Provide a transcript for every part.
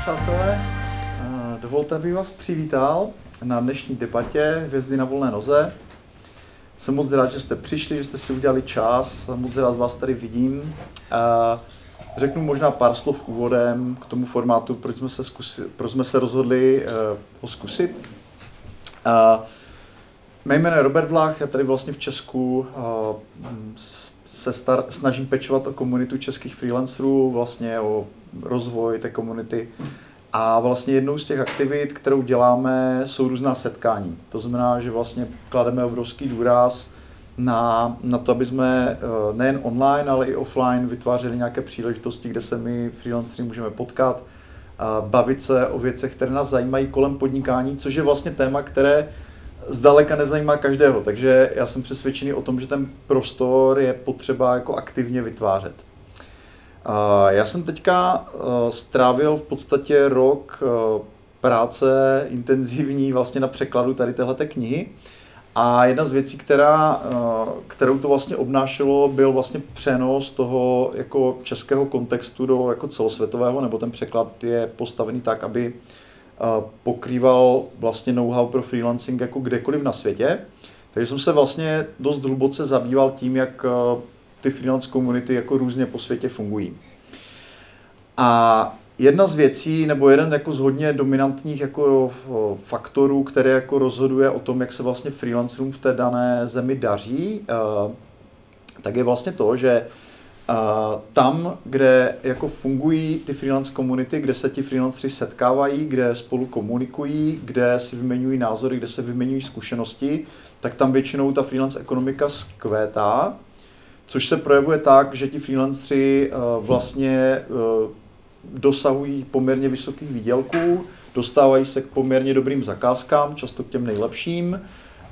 přátelé. Dovolte, abych vás přivítal na dnešní debatě Hvězdy na volné noze. Jsem moc rád, že jste přišli, že jste si udělali čas, moc rád vás tady vidím. Řeknu možná pár slov úvodem k tomu formátu, proč jsme se rozhodli ho zkusit. Mé jméno je Robert Vlach, já tady vlastně v Česku se snažím pečovat o komunitu českých freelancerů, vlastně o rozvoj té komunity. A vlastně jednou z těch aktivit, kterou děláme, jsou různá setkání. To znamená, že vlastně klademe obrovský důraz na to, aby jsme nejen online, ale i offline vytvářeli nějaké příležitosti, kde se my freelanceri můžeme potkat, bavit se o věcech, které nás zajímají kolem podnikání, což je vlastně téma, které zdaleka nezajímá každého. Takže já jsem přesvědčený o tom, že ten prostor je potřeba jako aktivně vytvářet. Já jsem teďka strávil v podstatě rok práce intenzivní vlastně na překladu tady téhleté knihy a jedna z věcí, kterou to vlastně obnášelo, byl vlastně přenos toho jako českého kontextu do jako celosvětového, nebo ten překlad je postavený tak, aby pokrýval vlastně know-how pro freelancing jako kdekoliv na světě. Takže jsem se vlastně dost hluboce zabýval tím, jak ty freelance komunity jako různě po světě fungují. A jedna z věcí, nebo jeden jako z hodně dominantních jako faktorů, které jako rozhoduje o tom, jak se vlastně freelancerům v té dané zemi daří, tak je vlastně to, že tam, kde jako fungují ty freelance komunity, kde se ti freelanceri setkávají, kde spolu komunikují, kde si vyměňují názory, kde se vyměňují zkušenosti, tak tam většinou ta freelance ekonomika zkvétá, což se projevuje tak, že ti freelanceri vlastně dosahují poměrně vysokých výdělků, dostávají se k poměrně dobrým zakázkám, často k těm nejlepším,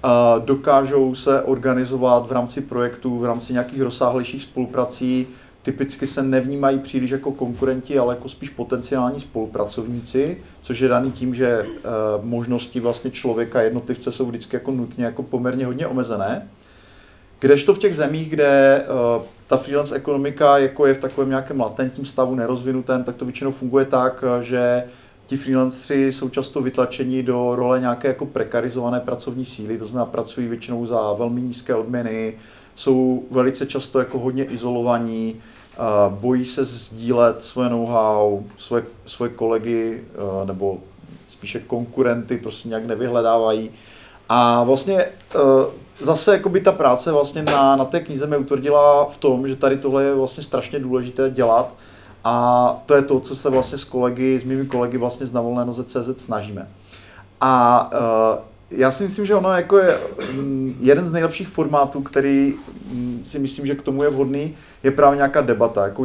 dokážou se organizovat v rámci projektů, v rámci nějakých rozsáhlejších spoluprací, typicky se nevnímají příliš jako konkurenti, ale jako spíš potenciální spolupracovníci, což je daný tím, že možnosti vlastně člověka, jednotlivce jsou vždycky jako nutně jako poměrně hodně omezené. Kdežto v těch zemích, kde ta freelance ekonomika jako je v takovém nějakém latentním stavu nerozvinutém, tak to většinou funguje tak, že ti freelanceri jsou často vytlačeni do role nějaké jako prekarizované pracovní síly, to znamená pracují většinou za velmi nízké odměny, jsou velice často jako hodně izolovaní, bojí se sdílet svoje know-how, svoje kolegy nebo spíše konkurenty prostě nějak nevyhledávají. A vlastně zase jakoby ta práce vlastně na té knize mě utvrdila v tom, že tady tohle je vlastně strašně důležité dělat a to je to, co se vlastně s mými kolegy vlastně z navolnénoze.cz snažíme. A já si myslím, že ono jako je jeden z nejlepších formátů, který si myslím, že k tomu je vhodný, je právě nějaká debata, jako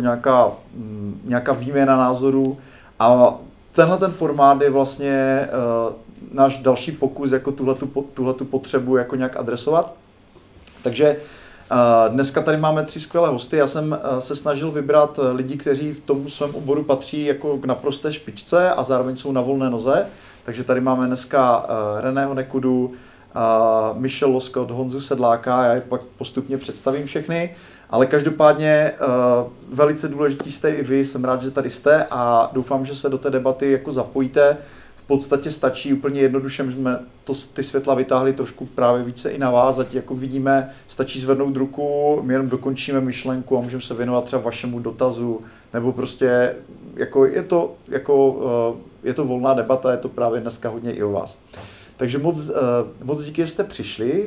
nějaká výměna názorů a tenhle ten formát je vlastně náš další pokus jako tuhletu potřebu jako nějak adresovat. Takže dneska tady máme 3 skvělé hosty. Já jsem se snažil vybrat lidi, kteří v tom svém oboru patří jako k naprosté špičce a zároveň jsou na volné noze. Takže tady máme dneska Reného Nekudu, Michelle Loskot, Honzu Sedláka, já je pak postupně představím všechny, ale každopádně velice důležití jste i vy, jsem rád, že tady jste a doufám, že se do té debaty jako zapojíte. V podstatě stačí úplně jednoduše, my jsme ty světla vytáhli trošku právě více i na vás, ať jako vidíme, stačí zvednout ruku, my jenom dokončíme myšlenku a můžeme se věnovat třeba vašemu dotazu, nebo prostě jako je to volná debata, je to právě dneska hodně i o vás. Takže moc díky, že jste přišli.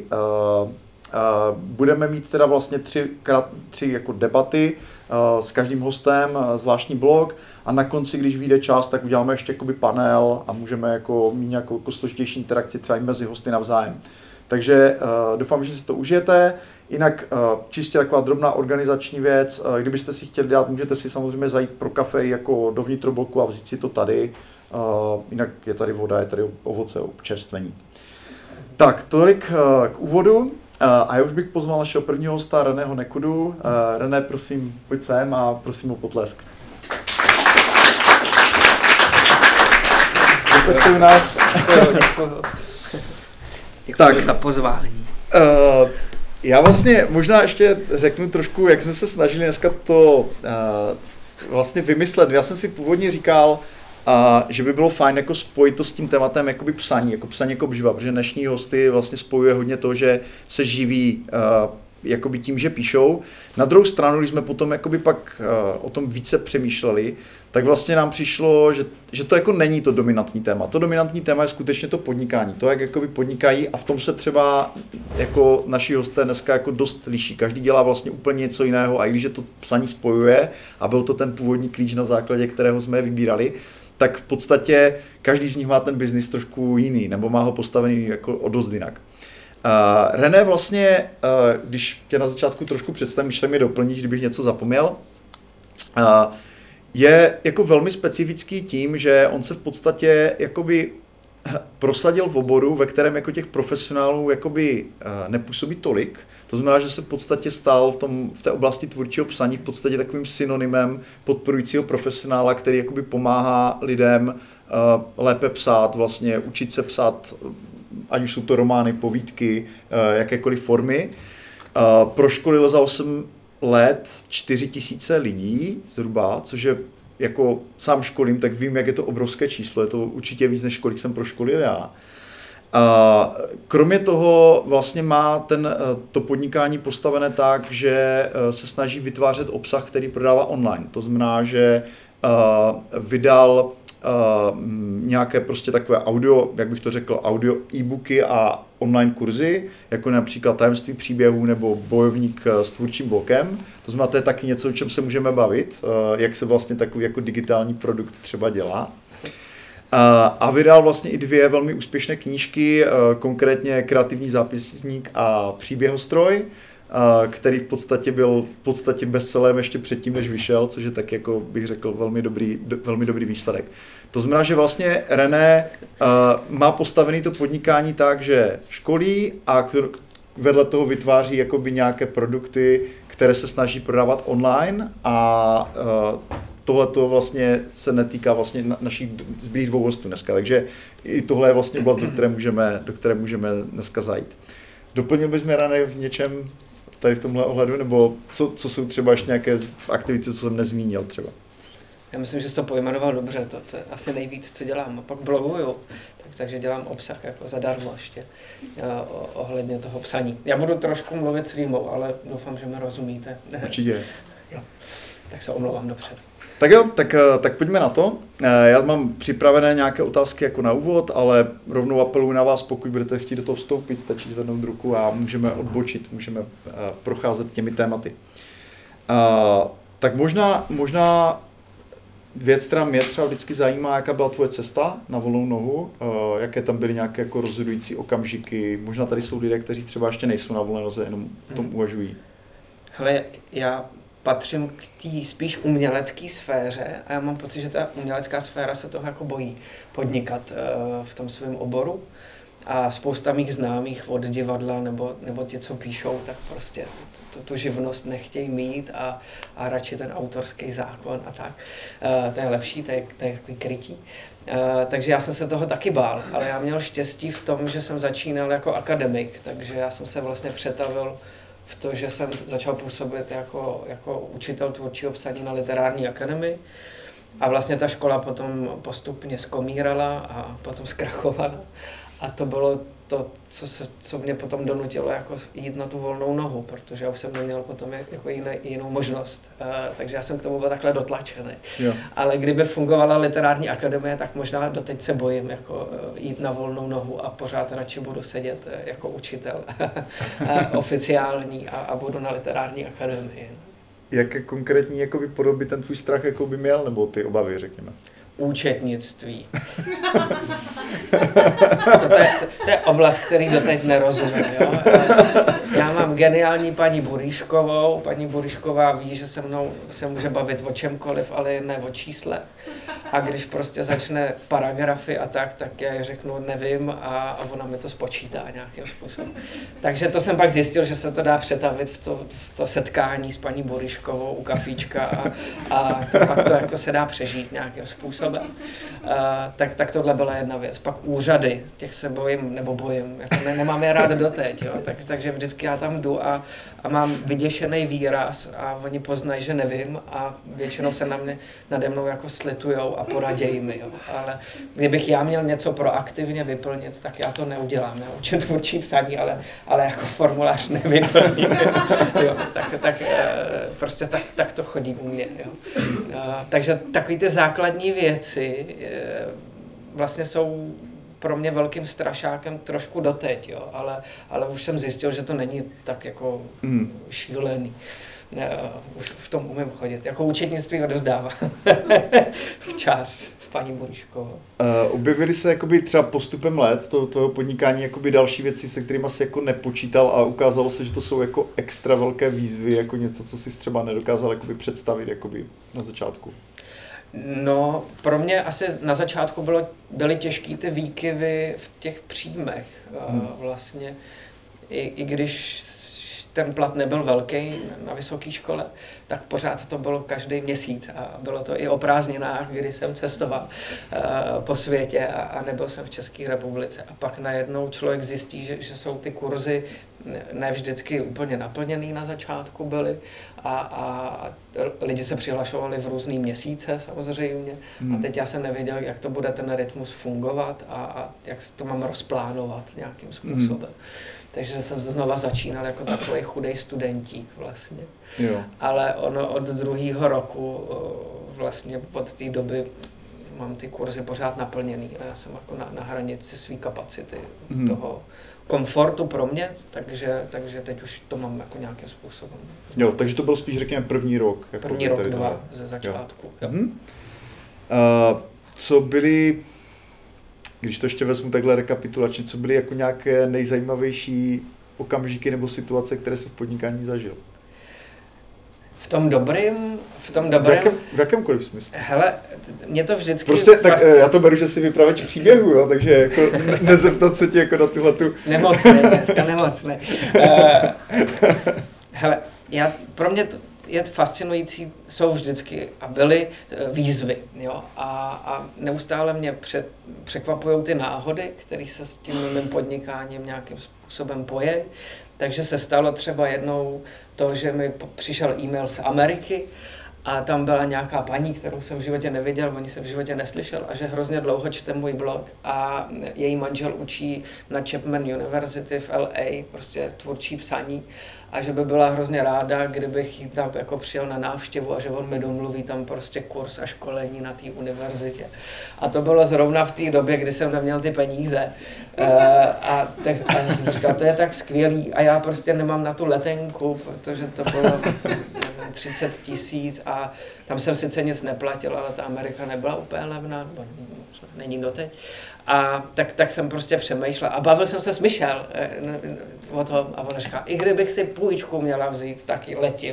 Budeme mít teda vlastně tři jako debaty s každým hostem, zvláštní blok a na konci, když vyjde čas, tak uděláme ještě jakoby panel a můžeme jako mít nějakou jako složitější interakci třeba i mezi hosty navzájem. Takže doufám, že si to užijete. Jinak čistě taková drobná organizační věc, kdybyste si chtěli dát, můžete si samozřejmě zajít pro kafe jako do vnitrobloku a vzít si to tady. Jinak je tady voda, je tady ovoce, občerstvení. Tak, tolik k úvodu. A já už bych pozval našeho prvního hosta, Reného Nekudu. René, prosím, pojď sem a prosím o potlesk. Děkuji u nás. Děkuji za pozvání. Já vlastně možná ještě řeknu trošku, jak jsme se snažili dneska to vlastně vymyslet. Já jsem si původně říkal, a že by bylo fajn jako spojit to s tím tématem jakoby psaní jako obživa, protože dnešní hosty vlastně spojuje hodně to, že se živí jakoby tím, že píšou. Na druhou stranu, když jsme potom jakoby pak o tom více přemýšleli, tak vlastně nám přišlo, že to jako není to dominantní téma. To dominantní téma je skutečně to podnikání, to, jak jakoby podnikají, a v tom se třeba jako naši hosté dneska jako dost liší. Každý dělá vlastně úplně něco jiného, a i když je to psaní spojuje, a byl to ten původní klíč, na základě kterého jsme je vybírali, tak v podstatě každý z nich má ten biznis trošku jiný, nebo má ho postavený jako o dost jinak. René, vlastně, když tě na začátku trošku představím, když se mi doplníš, kdybych něco zapomněl, je jako velmi specifický tím, že on se v podstatě jakoby prosadil v oboru, ve kterém jako těch profesionálů jakoby nepůsobí tolik. To znamená, že se v podstatě stal v té oblasti tvůrčího psaní v podstatě takovým synonymem podporujícího profesionála, který jakoby pomáhá lidem lépe psát, vlastně učit se psát, ať už jsou to romány, povídky, jakékoliv formy. Proškolil za 8 let 4 000 lidí zhruba, což je jako sám školím, tak vím, jak je to obrovské číslo, je to určitě víc, než kolik jsem proškolil já. Kromě toho vlastně má to podnikání postavené tak, že se snaží vytvářet obsah, který prodává online. To znamená, že vydal nějaké prostě takové audio, jak bych to řekl, audio e-booky a online kurzy, jako například Tajemství příběhů nebo Bojovník s tvůrčím blokem. To znamená, to je taky něco, o čem se můžeme bavit, jak se vlastně takový jako digitální produkt třeba dělá. A vydal vlastně i 2 velmi úspěšné knížky, konkrétně Kreativní zápisník a Příběhostroj, který v podstatě byl bestsellerem ještě předtím, než vyšel, což je tak, jako bych řekl, velmi dobrý výsledek. To znamená, že vlastně René má postavený to podnikání tak, že školí a vedle toho vytváří jakoby nějaké produkty, které se snaží prodávat online, a tohle to vlastně se netýká vlastně našich zbylých 2 hostů dneska, takže i tohle je vlastně oblast, do které můžeme dneska zajít. Doplnil bys mě, René, v něčem tady v tomhle ohledu, nebo co jsou třeba ještě nějaké aktivity, co jsem nezmínil třeba? Já myslím, že jsi to pojmenoval dobře, to je asi nejvíc, co dělám. A pak bloguju, takže dělám obsah jako zadarmo ještě ohledně toho psaní. Já budu trošku mluvit s rýmou, ale doufám, že mi rozumíte. Určitě. Jo. Tak se omlouvám dopředu. Tak jo, tak pojďme na to. Já mám připravené nějaké otázky jako na úvod, ale rovnou apeluji na vás, pokud budete chtít do toho vstoupit, stačí zvednout ruku a můžeme odbočit, můžeme procházet těmi tématy. Tak možná věc, která mě třeba vždycky zajímá, jaká byla tvoje cesta na volnou nohu, jaké tam byly nějaké jako rozhodující okamžiky, možná tady jsou lidé, kteří třeba ještě nejsou na volné noze, jenom o tom uvažují. Hele, já patřím k té spíš umělecké sféře a já mám pocit, že ta umělecká sféra se toho jako bojí podnikat v tom svém oboru. A spousta mých známých od divadla nebo ti, co píšou, tak prostě tu živnost nechtějí mít a radši ten autorský zákon a tak. To je lepší, to je takový krytí. Takže já jsem se toho taky bál, ale já měl štěstí v tom, že jsem začínal jako akademik, takže já jsem se vlastně přetavil v to, že jsem začal působit jako učitel tvůrčího psaní na literární akademii. A vlastně ta škola potom postupně skomírala a potom zkrachovala. A to bylo to, co mě potom donutilo jako jít na tu volnou nohu, protože já už jsem neměl potom jako jinou možnost. Takže já jsem k tomu byl takhle dotlačený. Jo. Ale kdyby fungovala literární akademie, tak možná doteď se bojím jako jít na volnou nohu a pořád radši budu sedět jako učitel oficiální a budu na literární akademii. Jaké konkrétní jakoby, podoby ten tvůj strach jakoby měl, nebo ty obavy, řekněme? Účetnictví. To je oblast, který doteď nerozumím. Jo? Já mám geniální paní Buryškovou. Paní Buryšková ví, že se mnou se může bavit o čemkoliv, ale jen ne o čísle. A když prostě začne paragrafy a tak já jí řeknu nevím a ona mi to spočítá nějakým způsobem. Takže to jsem pak zjistil, že se to dá přetavit v to setkání s paní Buryškovou u kafíčka a pak to jako se dá přežít nějakým způsobem. Tak tohle byla jedna věc. Pak úřady, těch se bojím, jako nemám je rád doteď, jo. Takže vždycky já tam jdu a mám vyděšený výraz a oni poznají, že nevím a většinou se nade mnou jako slitujou a poraděj mi. Jo. Ale kdybych já měl něco proaktivně vyplnit, tak já to neudělám. Já učím tvůrčí psaní, ale jako formulář nevyplním. Jo. Prostě tak to chodí u mě. Jo. Takže takové ty základní věci vlastně jsou pro mě velkým strašákem trošku doteď, jo, ale už jsem zjistil, že to není tak jako šílený. Už v tom umím chodit. Jako účetnictví odevzdávám včas s paní Boríškovou. Objevily se jakoby třeba postupem let toho podnikání jakoby další věci, se kterými si jako nepočítal a ukázalo se, že to jsou jako extra velké výzvy, jako něco, co si třeba nedokázal jakoby představit jakoby na začátku. No, pro mě asi na začátku byly těžké ty výkyvy v těch příjmech. Vlastně, i když ten plat nebyl velký na vysoké škole, tak pořád to bylo každý měsíc a bylo to i o prázdninách, kdy jsem cestoval po světě a nebyl jsem v České republice. A pak najednou člověk zjistí, že jsou ty kurzy ne vždycky úplně naplněný na začátku byly a lidi se přihlašovali v různý měsíce samozřejmě a teď já jsem nevěděl, jak to bude ten rytmus fungovat a jak to mám rozplánovat nějakým způsobem. Takže jsem znova začínal jako takový chudej studentík vlastně. Jo. Ale ono od druhého roku, vlastně od té doby mám ty kurzy pořád naplněný a já jsem jako na hranici své kapacity toho komfortu pro mě, takže teď už to mám jako nějakým způsobem. Jo, takže to byl spíš řekněme první rok. Jako první rok, dva ze začátku. Jo. Jo. Co byly, když to ještě vezmu takhle rekapitulačně, co byly jako nějaké nejzajímavější okamžiky nebo situace, které jsi v podnikání zažil? V tom dobrým... V jakémkoliv smyslu? Hele, mě to vždycky... Prostě, tak já to beru, že jsi vypravěč příběhu, jo, takže jako nezeptat se ti jako na tuhletu... Nemocné. Hele, pro mě je fascinující, jsou vždycky a byly výzvy, jo, a neustále mě překvapují ty náhody, které se s tím mým podnikáním nějakým způsobem pojeví. Takže se stalo třeba jednou to, že mi přišel e-mail z Ameriky a tam byla nějaká paní, kterou jsem v životě neviděl, o ní jsem v životě neslyšel a že hrozně dlouho čte můj blog a její manžel učí na Chapman University v LA, prostě tvůrčí psaní a že by byla hrozně ráda, kdybych jí tam jako přijel na návštěvu a že on mi domluví tam prostě kurz a školení na té univerzitě. A to bylo zrovna v té době, kdy jsem neměl ty peníze a jsem říkal, to je tak skvělý a já prostě nemám na tu letenku, protože to bylo 30 000 a tam jsem sice nic neplatil, ale ta Amerika nebyla úplně levná, není doteď. A tak jsem prostě přemýšlel a bavil jsem se s Michel o tom a ona říká, i kdybych si půjčku měla vzít, tak ji letím.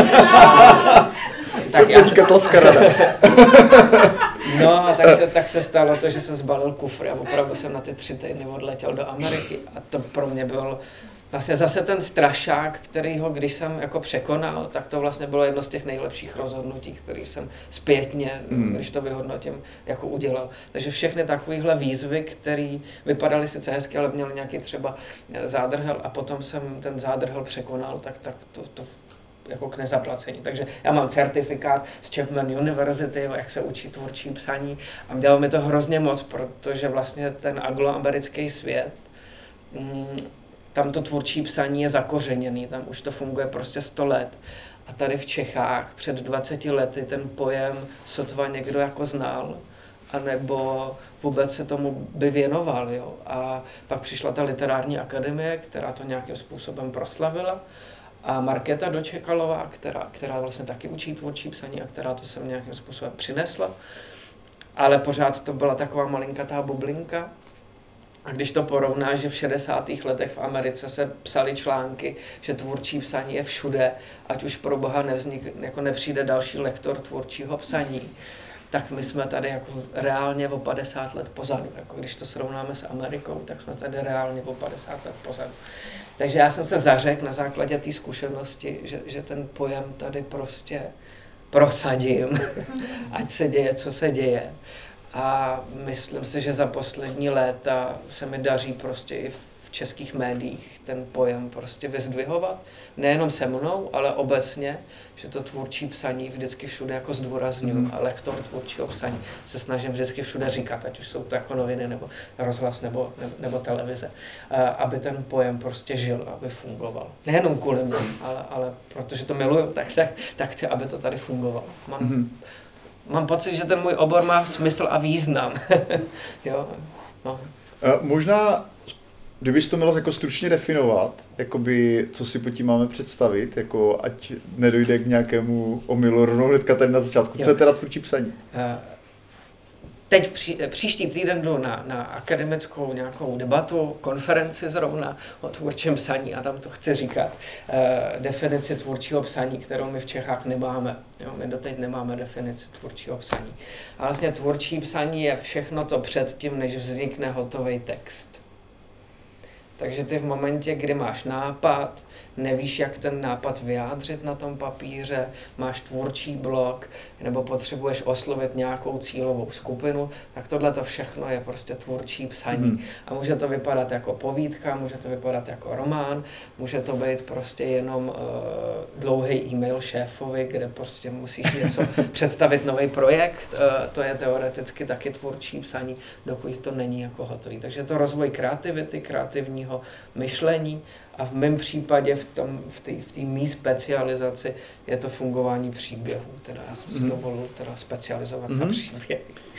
Tak No, tak se stalo to, že jsem zbalil kufry a opravdu jsem na ty 3 týdny odletěl do Ameriky a to pro mě byl vlastně zase ten strašák, kterýho když jsem jako překonal, tak to vlastně bylo jedno z těch nejlepších rozhodnutí, který jsem zpětně, když to vyhodnotím, jako udělal. Takže všechny takovéhle výzvy, které vypadaly sice hezky, ale měly nějaký třeba zádrhel a potom jsem ten zádrhel překonal, tak to jako k nezaplacení. Takže já mám certifikát z Chapman University, jak se učí tvůrčí psaní a dělalo mi to hrozně moc, protože vlastně ten angloamerický svět, tam to tvůrčí psaní je zakořeněný, tam už to funguje prostě 100 let. A tady v Čechách před 20 lety ten pojem sotva někdo jako znal, anebo vůbec se tomu by věnoval. Jo. A pak přišla ta literární akademie, která to nějakým způsobem proslavila. A Markéta Dočekalová, která vlastně taky učí tvůrčí psaní a která to sem nějakým způsobem přinesla. Ale pořád to byla taková malinkatá bublinka. A když to porovnáš, že v 60. letech v Americe se psaly články, že tvůrčí psaní je všude, ať už pro boha jako nepřijde další lektor tvůrčího psaní, tak my jsme tady jako reálně o 50 let pozadu. Jako když to srovnáme s Amerikou, tak jsme tady reálně o 50 let pozadu. Takže já jsem se zařekl na základě té zkušenosti, že ten pojem tady prostě prosadím, ať se děje, co se děje. A myslím si, že za poslední léta se mi daří prostě i v českých médiích ten pojem prostě vyzdvihovat. Nejenom se mnou, ale obecně, že to tvůrčí psaní vždycky všude jako zdůrazňuji. A lektor tvůrčího psaní se snažím vždycky všude říkat, ať už jsou to jako noviny, nebo rozhlas, nebo televize. Aby ten pojem prostě žil, aby fungoval. Nejenom kvůli mě, ale protože to miluju, tak chci, aby to tady fungovalo. Mám pocit, že ten můj obor má smysl a význam. Jo? No. Možná, kdybys to měla jako stručně definovat, jakoby, co si pod tím máme představit, jako ať nedojde k nějakému omylu rovnou hnedka tady na začátku. Co je teda tvůrčí psaní? Teď příští týden jdu na akademickou nějakou debatu, konferenci zrovna o tvůrčím psaní a tam to chci říkat. Definici tvůrčího psaní, kterou my v Čechách nemáme. Jo, my doteď nemáme definici tvůrčího psaní. A vlastně tvůrčí psaní je všechno to předtím, než vznikne hotový text. Takže ty v momentě, kdy máš nápad, nevíš, jak ten nápad vyjádřit na tom papíře, máš tvůrčí blok, nebo potřebuješ oslovit nějakou cílovou skupinu, tak tohle to všechno je prostě tvůrčí psaní. A může to vypadat jako povídka, může to vypadat jako román, může to být prostě jenom dlouhý e-mail šéfovi, kde prostě musíš něco představit nový projekt, to je teoreticky taky tvůrčí psaní, dokud to není jako hotový. Takže je to rozvoj kreativity, kreativního myšlení a v mém případě v té mý specializaci je to fungování příběhů. Teda já jsem si dovolil teda specializovat na příběhy.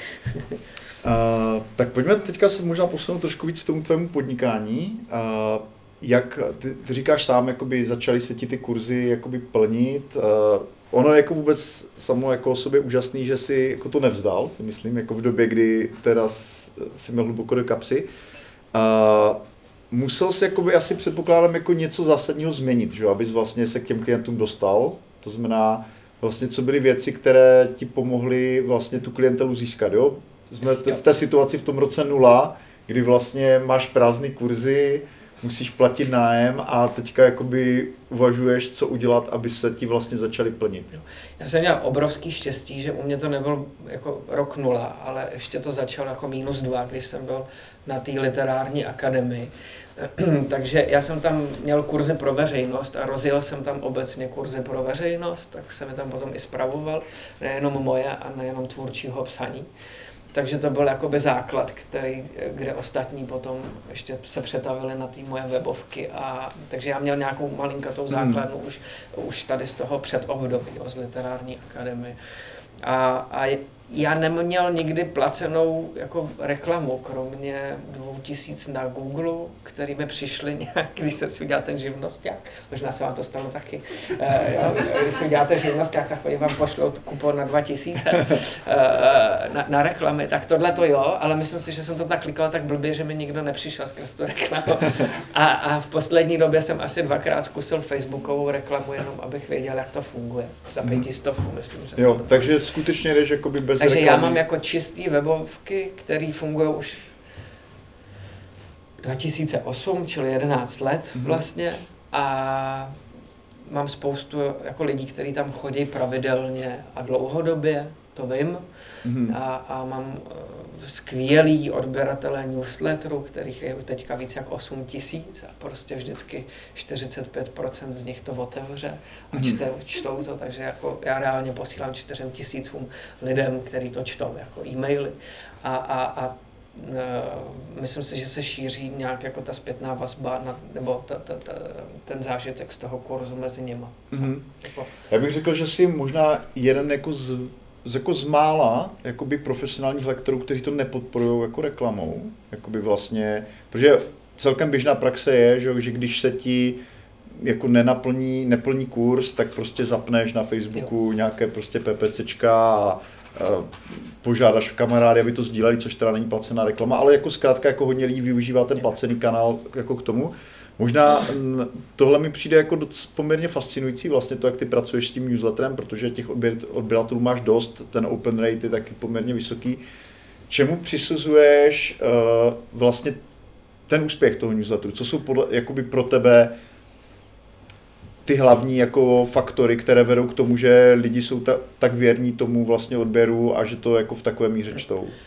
Tak pojďme teďka se možná posunout trošku víc k tomu tvému podnikání. Jak ty říkáš sám, jakoby začaly se ti ty kurzy jakoby plnit. Ono je jako vůbec samo jako o sobě úžasný, že si jako to nevzdal, si myslím, jako v době, kdy teda si měl hluboko do kapsy. Musel jsi jakoby asi předpokládám jako něco zásadního změnit, že? Abys vlastně se k těm klientům dostal. To znamená vlastně, co byly věci, které ti pomohly vlastně tu klientelu získat, jo? Jsme v té situaci v tom roce 0, kdy vlastně máš prázdný kurzy, musíš platit nájem a teďka jakoby uvažuješ, co udělat, aby se ti vlastně začaly plnit. Já jsem měl obrovský štěstí, že u mě to nebyl jako rok 0, ale ještě to začalo jako -2, když jsem byl na té literární akademii. Takže já jsem tam měl kurzy pro veřejnost a rozjel jsem tam obecně kurzy pro veřejnost, tak jsem je tam potom i spravoval, nejenom moje a nejenom tvůrčího psaní. Takže to byl jakoby základ, kde ostatní potom ještě se přetavili na ty moje webovky. Takže já měl nějakou malinkatou základnu už tady z toho předobdobí, z literární akademie. A já neměl nikdy placenou jako reklamu, kromě 2000 na Google, který mi přišli nějak, když se si udělal ten živnosťák. Možná se vám to stalo taky. Když si uděláte živnosťák, tak oni vám pošlou kupon na 2000 na reklamy. Tak tohle to jo, ale myslím si, že jsem to tak klikal tak blbě, že mi nikdo nepřišel skrz tu reklamu. A v poslední době jsem asi 2krát zkusil facebookovou reklamu, jenom abych věděl, jak to funguje. Za 500, myslím, že jo, takže skutečně jdeš jakoby bez Takže reklamy. já mám jako čistý webovky, které fungují už 2008, čili 11 let vlastně a mám spoustu jako lidí, kteří tam chodí pravidelně a dlouhodobě, to vím. A mám skvělý odběratele newsletterů, kterých je teďka víc jak 8 000 a prostě vždycky 45% z nich to otevře a čtou to, takže jako já reálně posílám 4 000 lidem, kteří to čtou, jako e-maily a myslím si, že se šíří nějak jako ta zpětná vazba nebo ten zážitek z toho kurzu mezi nimi. Já bych řekl, že si možná jeden jako z mála jakoby profesionálních lektorů, kteří to nepodporují jako reklamou, jakoby vlastně, protože celkem běžná praxe je, že když se ti jako neplní kurz, tak prostě zapneš na Facebooku nějaké prostě PPCčka a požádáš kamarády, aby to sdíleli, což teda není placená reklama, ale jako zkrátka jako hodně lidí využívá ten placený kanál jako k tomu. Možná tohle mi přijde jako poměrně fascinující, vlastně to, jak ty pracuješ s tím newsletterem, protože těch odběratelů máš dost, ten open rate je taky poměrně vysoký. Čemu přisuzuješ vlastně ten úspěch toho newsletteru? Co jsou jakoby pro tebe ty hlavní jako faktory, které vedou k tomu, že lidi jsou tak věrní tomu vlastně odběru a že to jako v takové míře čtou?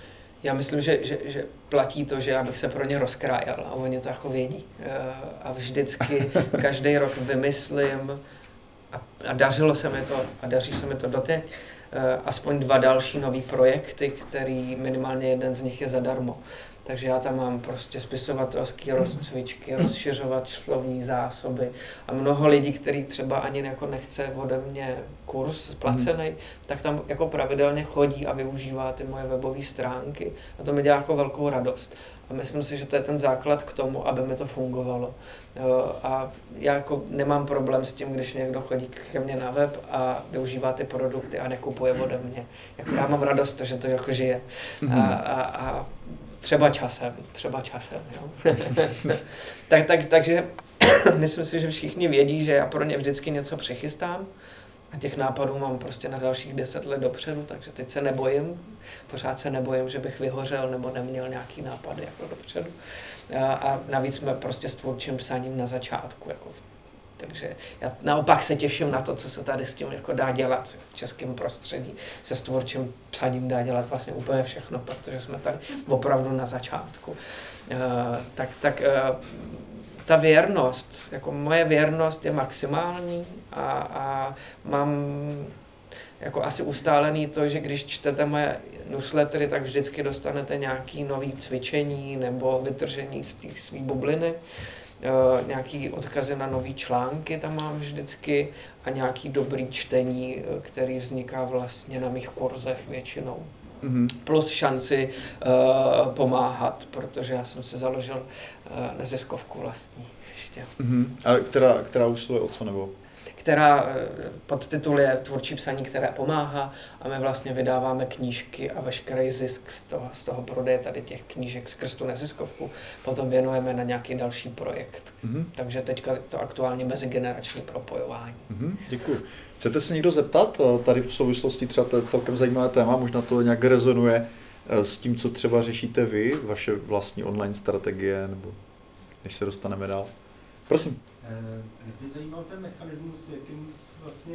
Já myslím, že platí to, že já bych se pro ně rozkrájel a oni to jako vědí. A vždycky každý rok vymyslím a dařilo se mi to a daří se mi to doteď. Aspoň 2 další nový projekty, který minimálně jeden z nich je zadarmo. Takže já tam mám prostě spisovatelské rozcvičky, rozšiřovat slovní zásoby a mnoho lidí, který třeba ani jako nechce ode mě kurz placený, tak tam jako pravidelně chodí a využívá ty moje webové stránky a to mi dělá jako velkou radost. A myslím si, že to je ten základ k tomu, aby mi to fungovalo. A já jako nemám problém s tím, když někdo chodí ke mně na web a využívá ty produkty a nekupuje ode mě. Jako já mám radost, že to jako žije. A třeba časem, jo. Takže myslím si, že všichni vědí, že já pro ně vždycky něco přichystám a těch nápadů mám prostě na dalších 10 let dopředu, takže teď se nebojím, pořád se nebojím, že bych vyhořel nebo neměl nějaký nápady jako dopředu. A navíc jsme prostě s tvůrčím psaním na začátku, jako takže já naopak se těším na to, co se tady s tím jako dá dělat v českém prostředí. Se s tvůrčím psaním dá dělat vlastně úplně všechno, protože jsme tady opravdu na začátku. Ta věrnost, jako moje věrnost je maximální a mám jako asi ustálený to, že když čtete moje newslettery, tak vždycky dostanete nějaké nové cvičení nebo vytržení z té své bubliny. Nějaký odkazy na nový články tam mám vždycky a nějaký dobrý čtení, který vzniká vlastně na mých kurzech většinou. Plus šanci pomáhat, podtože já jsem si založil neziskovku vlastní ještě. A která usiluje o co nebo? Která podtitul je Tvůrčí psaní, které pomáhá a my vlastně vydáváme knížky a veškerý zisk z toho prodeje tady těch knížek skrz tu neziskovku potom věnujeme na nějaký další projekt. Takže teďka to aktuálně mezigenerační propojování. Děkuji. Chcete se někdo zeptat? Tady v souvislosti třeba to je celkem zajímavé téma, možná to nějak rezonuje s tím, co třeba řešíte vy, vaše vlastní online strategie, nebo než se dostaneme dál. Prosím. Mě zajímal ten mechanismus, jakým jsi vlastně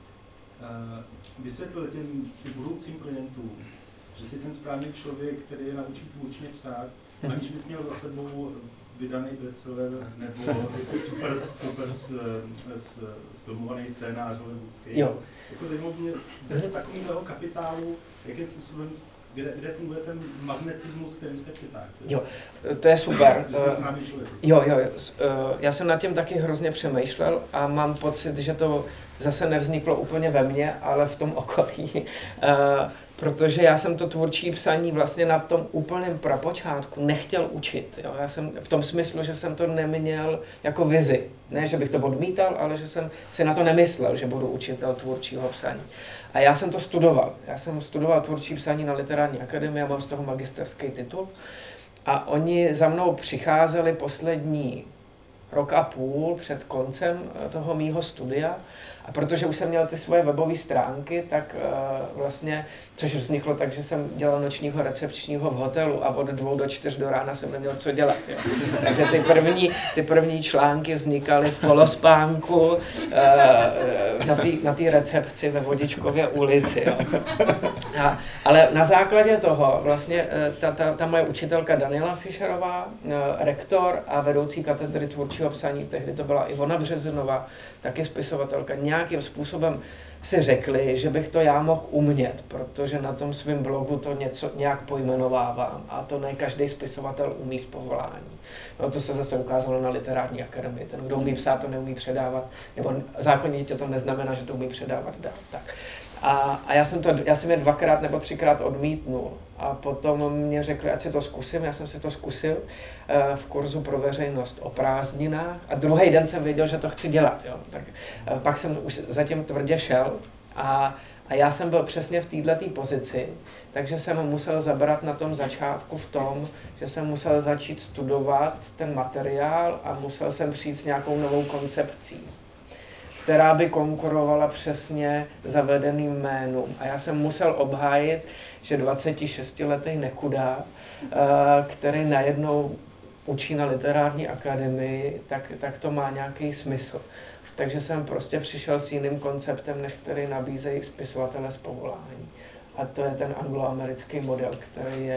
vysvětlil těm budoucím klientům, že jsi ten správný člověk, který je naučí tvůrčně psát, aniž bys měl za sebou vydaný bestseller nebo super sfilmovaný scénář hollywoodský. Jako zajímalo mě bez takového kapitálu, jakým způsobem, kde funguje ten magnetismus, kterým se přitáhne. Jo, to je super. Jo. Já jsem nad tím taky hrozně přemýšlel a mám pocit, že to zase nevzniklo úplně ve mně, ale v tom okolí. Protože já jsem to tvůrčí psaní vlastně na tom úplném prapočátku nechtěl učit. Jo. Já jsem v tom smyslu, že jsem to neměl jako vizi. Ne, že bych to odmítal, ale že jsem si na to nemyslel, že budu učitel tvůrčího psaní. A já jsem to studoval. Já jsem studoval tvůrčí psaní na Literární akademii a mám z toho magisterský titul. A oni za mnou přicházeli poslední rok a půl před koncem toho mýho studia. A protože už jsem měl ty svoje webové stránky, tak vlastně, což vzniklo tak, že jsem dělal nočního recepčního v hotelu a od 2 do 4 do rána jsem neměl co dělat. Jo. Takže ty první články vznikaly v polospánku na té recepci ve Vodičkově ulici. Jo. Ale na základě toho vlastně ta moje učitelka Daniela Fischerová, rektor a vedoucí katedry tvůrčího psaní, tehdy to byla Ivona Březinová, taky spisovatelka, nějakým způsobem si řekli, že bych to já mohl umět, protože na tom svém blogu to nějak pojmenovávám a to ne každý spisovatel umí z povolání. No to se zase ukázalo na Literární akademii. Ten, kdo umí psát, to neumí předávat, nebo zákonitě to neznamená, že to umí předávat dál. Tak. A já jsem je 2krát nebo 3krát odmítnul a potom mě řekli, ať si to zkusím, já jsem si to zkusil v kurzu pro veřejnost o prázdninách a druhý den jsem věděl, že to chci dělat. Jo. Tak pak jsem už zatím tvrdě šel a já jsem byl přesně v této pozici, takže jsem musel zabrat na tom začátku v tom, že jsem musel začít studovat ten materiál a musel jsem přijít s nějakou novou koncepcí, která by konkurovala přesně zavedeným jménům. A já jsem musel obhájit, že 26letý nekuda, který najednou učí na Literární akademii, tak to má nějaký smysl. Takže jsem prostě přišel s jiným konceptem, než který nabízejí spisovatelé z povolání. A to je ten angloamerický model, který je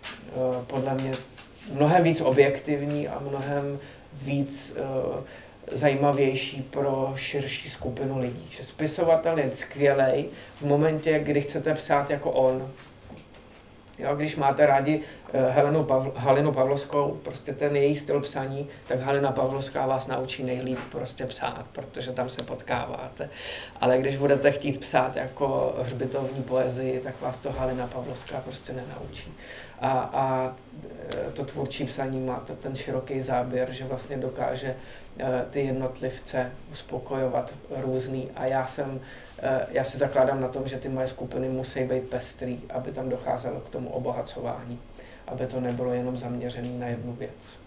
podle mě mnohem víc objektivní a mnohem víc zajímavější pro širší skupinu lidí. Že spisovatel je skvělej v momentě, kdy chcete psát jako on. Jo, když máte rádi Halinu Pavlovskou, prostě ten její styl psaní, tak Halina Pavlovská vás naučí nejlíp prostě psát, protože tam se potkáváte. Ale když budete chtít psát jako hřbitovní poezii, tak vás to Halina Pavlovská prostě nenaučí. A to tvůrčí psaní má ten široký záběr, že vlastně dokáže ty jednotlivce uspokojovat různý. A já si zakládám na tom, že ty moje skupiny musí být pestrý, aby tam docházelo k tomu obohacování, aby to nebylo jenom zaměřené na jednu věc.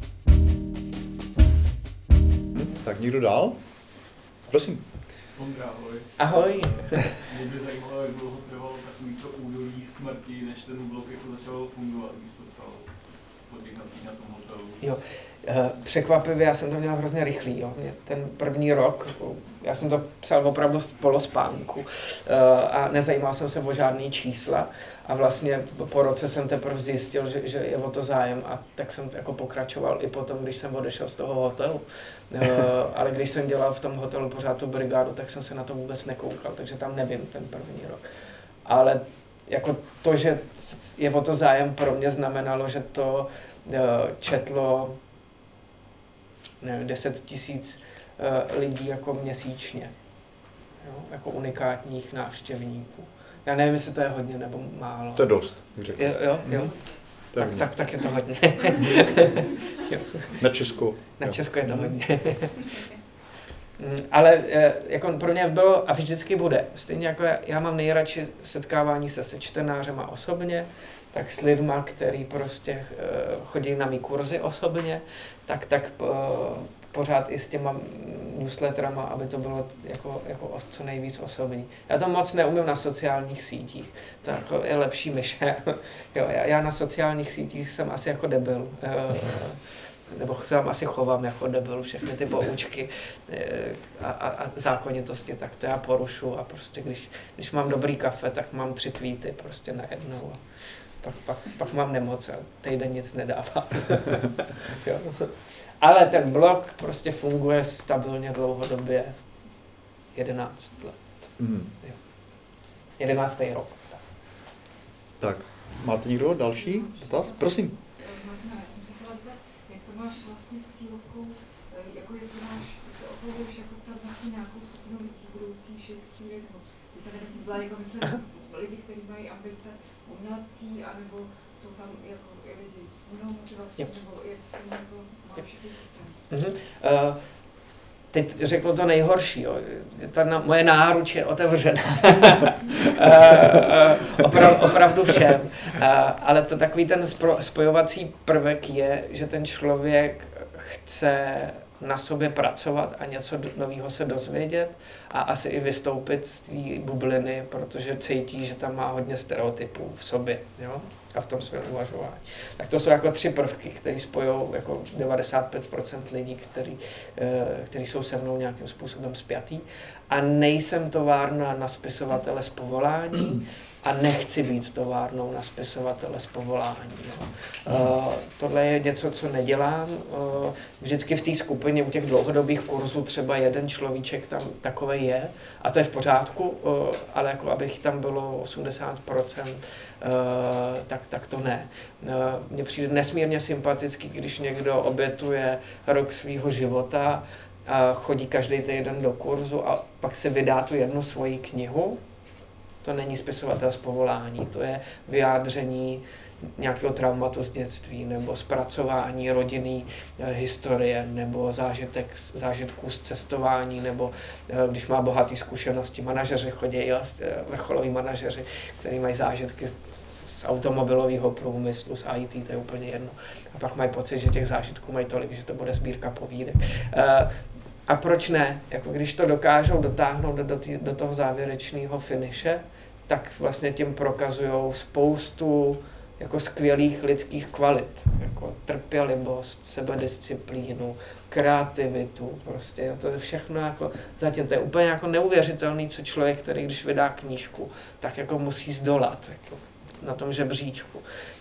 Tak někdo dál? Prosím. Ondra, ahoj. Ahoj. Mě by zajímalo, jak dlouho trvalo takový to údolí smrti, než ten blok jako začal fungovat, když to psal po těch nocích na tom hotelu. Jo. Překvapivě, já jsem to měl hrozně rychlý. Jo. Ten první rok, já jsem to psal opravdu v polospánku a nezajímal jsem se o žádný čísla a vlastně po roce jsem teprve zjistil, že je o to zájem a tak jsem jako pokračoval i potom, když jsem odešel z toho hotelu. Ale když jsem dělal v tom hotelu pořád tu brigádu, tak jsem se na to vůbec nekoukal, takže tam nevím ten první rok. Ale jako to, že je o to zájem, pro mě znamenalo, že to četlo nevím, 10 000 lidí jako měsíčně, jo? Jako unikátních návštěvníků. Já nevím, jestli to je hodně nebo málo. To je dost, Jo. Tak je to hodně. Na Česku. Na Česku je to hodně. Ale jako pro mě bylo a vždycky bude. Stejně jako já mám nejradši setkávání se čtenářema osobně, tak s lidma, který prostě chodí na mý kurzy osobně, tak pořád i s těma newsletterama, aby to bylo jako co nejvíc osobní. Já to moc neumím na sociálních sítích, to jako je lepší myše. Já na sociálních sítích jsem asi jako debil. Nebo se vám asi chovám jako debil, všechny ty poučky a zákonitosti, tak to já porušu a prostě když mám dobrý kafe, tak mám 3 tweety prostě najednou a pak mám nemoc a týden nic nedává. Ale ten blog prostě funguje stabilně dlouhodobě 11 let. 11. rok. Tak, máte někdo další dotaz? Prosím. Máš vlastně s cílovkou, jako jestli oslovuješ jako snad nějakou skupinu lidí budoucí Shakespeare, nebo to nemyslím zlá, jako myslím lidi, kteří mají ambice umělecký, anebo jsou tam jako lidi s jinou motivací, nebo jak to máš jaký systém? Teď řekl to nejhorší, jo. Moje náruč je otevřená. Opravdu všem. Ale to takový ten spojovací prvek je, že ten člověk chce na sobě pracovat a něco nového se dozvědět a asi i vystoupit z té bubliny, protože cítí, že tam má hodně stereotypů v sobě, jo? A v tom svém uvažování. Tak to jsou jako 3 prvky, které spojují jako 95% lidí, kteří jsou se mnou nějakým způsobem spjatý. A nejsem továrna na spisovatele z povolání a nechci být továrnou na spisovatele z povolání. Tohle je něco, co nedělám. Vždycky v té skupině u těch dlouhodobých kurzů třeba jeden človíček tam takovej je a to je v pořádku, ale jako abych tam bylo 80%, tak to ne. Mně přijde nesmírně sympatický, když někdo obětuje rok svýho života a chodí každý týden do kurzu a pak si vydá tu jednu svoji knihu. To není spisovatel z povolání, to je vyjádření nějakého traumatu z dětství nebo zpracování rodinné historie nebo zážitků z cestování nebo když má bohaté zkušenosti. Manažeři chodí, vrcholoví manažeři, kteří mají zážitky z automobilového průmyslu, z IT, to je úplně jedno. A pak mají pocit, že těch zážitků mají tolik, že to bude sbírka povídek. A proč ne? Jako když to dokážou dotáhnout do toho závěrečného finiše, tak vlastně tím prokazují spoustu jako skvělých lidských kvalit, jako trpělivost, sebedisciplínu, kreativitu, prostě to je všechno jako zatím, to je úplně jako neuvěřitelný, co člověk, který když vydá knížku, tak jako musí zdolat jako na tom žebříčku.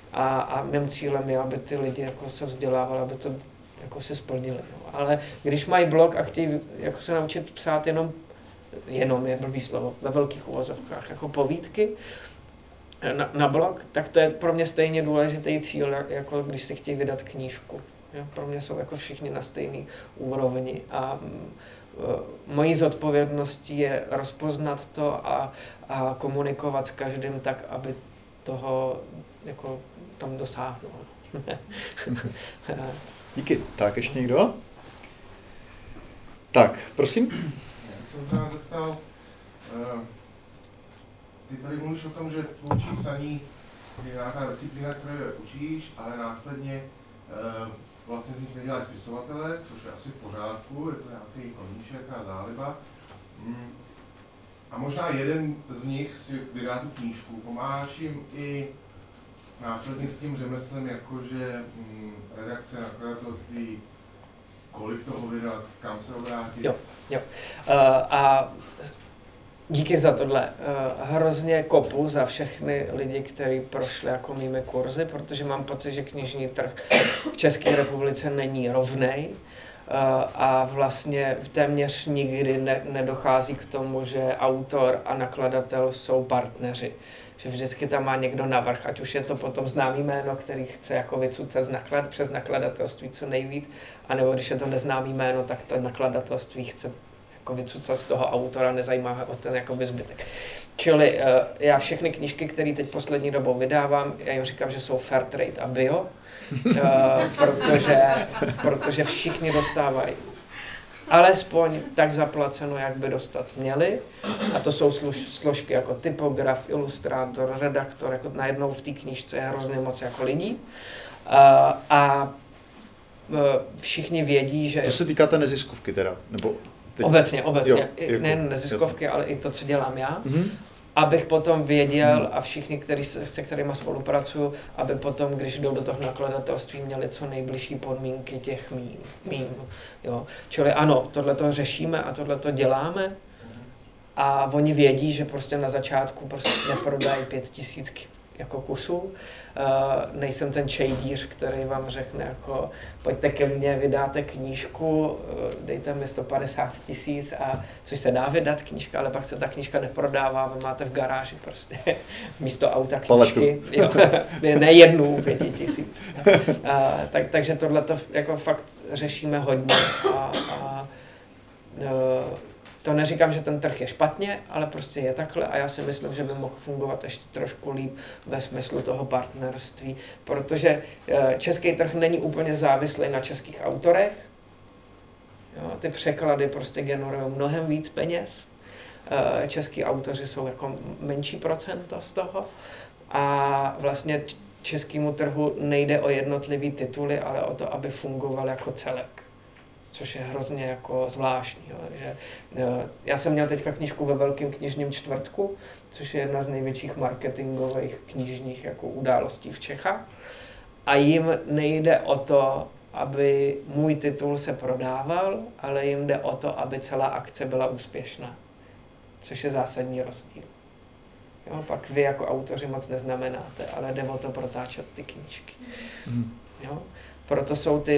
A mým cílem je, aby ty lidi jako se vzdělávali, aby to jako si splnili. No. Ale když mají blog a chtějí jako se naučit psát jenom je blbý slovo, ve velkých uvozovkách, jako povídky na blog, tak to je pro mě stejně důležitý cíl, jako když si chtějí vydat knížku. Jo? Pro mě jsou jako všichni na stejné úrovni a mojí zodpovědností je rozpoznat to a komunikovat s každým tak, aby toho jako tam dosáhnul. Díky. Tak, ještě někdo? Tak, prosím. Já jsem se vás zeptal, ty tady mluvíš o tom, že tvůrčí psaní je nějaká disciplína, kterou učíš, ale následně vlastně z nich neděláš spisovatele, což je asi v pořádku, je to nějaký koníček a záliba. A možná jeden z nich si vydá tu knížku. Pomáháš jim i následně s tím řemeslem, jakože redakce, nakladatelství, kolik toho vydat, kam se obrátit? Jo. A díky za tohle. Hrozně kopu za všechny lidi, kteří prošli jako mými kurzy, protože mám pocit, že knižní trh v České republice není rovnej. A vlastně téměř nikdy nedochází k tomu, že autor a nakladatel jsou partneři. Že vždycky tam má někdo navrch, ať už je to potom známý jméno, který chce jako vycucat přes nakladatelství co nejvíc, anebo když je to neznámý jméno, tak to nakladatelství chce jako vycucat z toho autora, nezajímá o ten jako zbytek. Čili já všechny knížky, které teď poslední dobou vydávám, já jim říkám, že jsou fair trade a bio, protože všichni dostávají alespoň tak zaplaceno, jak by dostat měli. A to jsou složky jako typograf, ilustrátor, redaktor, jako najednou v té knížce je hrozně moc jako lidí. A všichni vědí, že... To se týká té neziskovky teda, nebo... Teď... Obecně. Jo, Nejen neziskovky, jasný. ale i to, co dělám já. Abych potom věděl a všichni, se kterými spolupracuju, aby potom, když jdou do toho nakladatelství, měli co nejbližší podmínky těch mým. Jo. Čili ano, tohleto řešíme a tohleto děláme a oni vědí, že prostě na začátku prostě neprodají 5000 jako kusů. Nejsem ten čejdíř, který vám řekne jako pojďte ke mně, vydáte knížku, dejte mi 150 000, a což se dá vydat knížka, ale pak se ta knížka neprodává, vy máte v garáži prostě místo auta knížky. Jo, ne jednu 5000. Takže tohleto jako fakt řešíme hodně a to neříkám, že ten trh je špatně, ale prostě je takhle a já si myslím, že by mohl fungovat ještě trošku líp ve smyslu toho partnerství, protože český trh není úplně závislý na českých autorech. Jo, ty překlady prostě generují mnohem víc peněz. Český autoři jsou jako menší procento z toho a vlastně českému trhu nejde o jednotlivý tituly, ale o to, aby fungoval jako celek. Což je hrozně jako zvláštní. Jo. Že, já jsem měl teďka knížku ve Velkém knižním čtvrtku, což je jedna z největších marketingových knižních jako událostí v Čechách. A jim nejde o to, aby můj titul se prodával, ale jim jde o to, aby celá akce byla úspěšná. Což je zásadní rozdíl. Jo, pak vy jako autoři moc neznamenáte, ale jde o to protáčet ty knížky. Jo. Proto